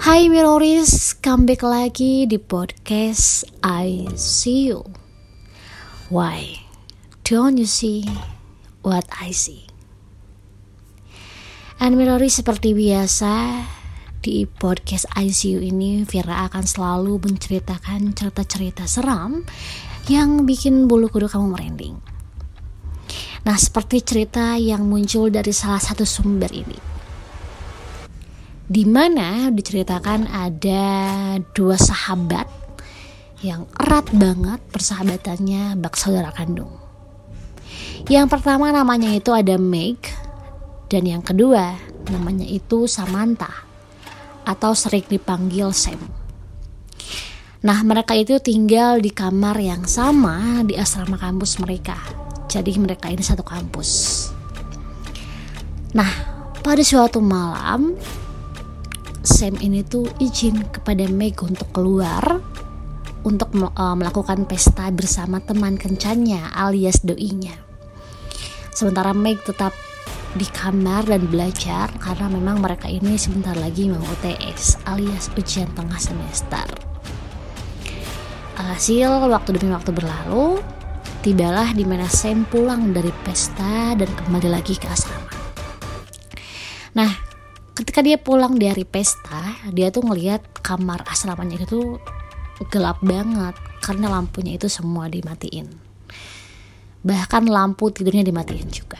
Hai Miroris, comeback lagi di podcast I See You. Why don't you see what I see? And Miroris, seperti biasa di podcast I See You ini Vira akan selalu menceritakan cerita-cerita seram yang bikin bulu kuduk kamu merinding. Nah, seperti cerita yang muncul dari salah satu sumber ini, di mana diceritakan ada dua sahabat yang erat banget persahabatannya bak saudara kandung. Yang pertama namanya itu ada Meg, dan yang kedua namanya itu Samantha atau sering dipanggil Sam. Nah, mereka itu tinggal di kamar yang sama di asrama kampus mereka. Jadi mereka ini satu kampus. Nah, pada suatu malam Sam ini tuh izin kepada Meg untuk keluar untuk melakukan pesta bersama teman kencannya alias doinya. Sementara Meg tetap di kamar dan belajar karena memang mereka ini sebentar lagi mau UTS alias ujian tengah semester. Alhasil waktu demi waktu berlalu, tibalah di mana Sam pulang dari pesta dan kembali lagi ke asrama. Nah, ketika dia pulang dari pesta, dia tuh ngelihat kamar asramanya itu gelap banget karena lampunya itu semua dimatiin. Bahkan lampu tidurnya dimatiin juga.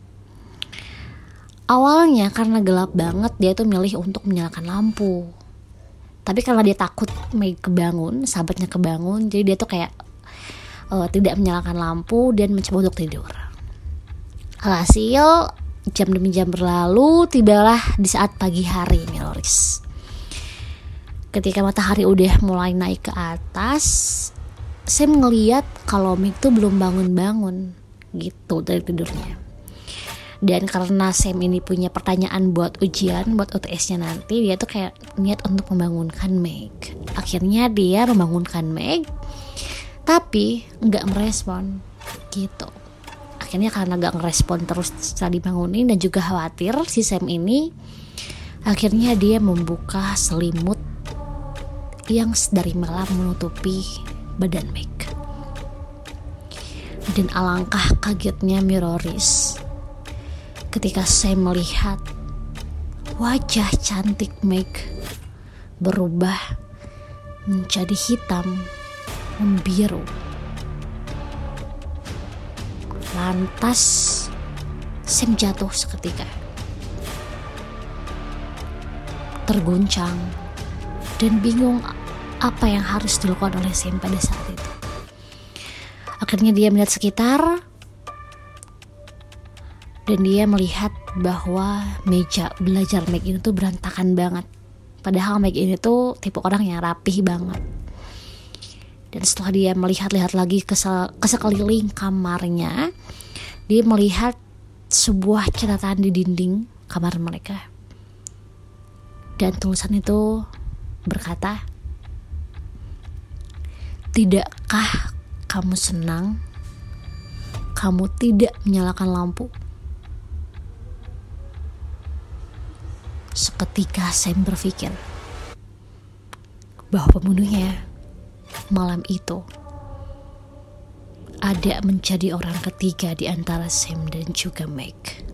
Awalnya karena gelap banget, dia tuh milih untuk menyalakan lampu. Tapi karena dia takut Meg kebangun, sahabatnya kebangun, jadi dia tuh kayak tidak menyalakan lampu dan mencoba untuk tidur. Alhasil jam demi jam berlalu, tibalah di saat pagi hari, Miroris. Ketika matahari udah mulai naik ke atas, Sam ngeliat kalau Meg tuh belum bangun-bangun gitu dari tidurnya. Dan karena Sam ini punya pertanyaan buat ujian, buat UTS-nya nanti, dia tuh kayak niat untuk membangunkan Meg. Akhirnya dia membangunkan Meg, tapi nggak merespon gitu. Akhirnya karena gak ngerespon terus setelah dibangunin dan juga khawatir si Sam ini, akhirnya dia membuka selimut yang dari malam menutupi badan Meg. Dan alangkah kagetnya Miroris ketika Sam melihat wajah cantik Meg berubah menjadi hitam membiru. Lantas Sam jatuh seketika, terguncang dan bingung apa yang harus dilakukan oleh Sam pada saat itu. Akhirnya dia melihat sekitar dan dia melihat bahwa meja belajar Meg ini tuh berantakan banget. Padahal Meg ini tuh tipe orang yang rapih banget. Dan setelah dia melihat-lihat lagi ke sekeliling kamarnya, dia melihat sebuah catatan di dinding kamar mereka. Dan tulisan itu berkata, "Tidakkah kamu senang kamu tidak menyalakan lampu?" Seketika Sam berpikir bahwa pembunuhnya malam itu ada menjadi orang ketiga di antara Sam dan juga Meg.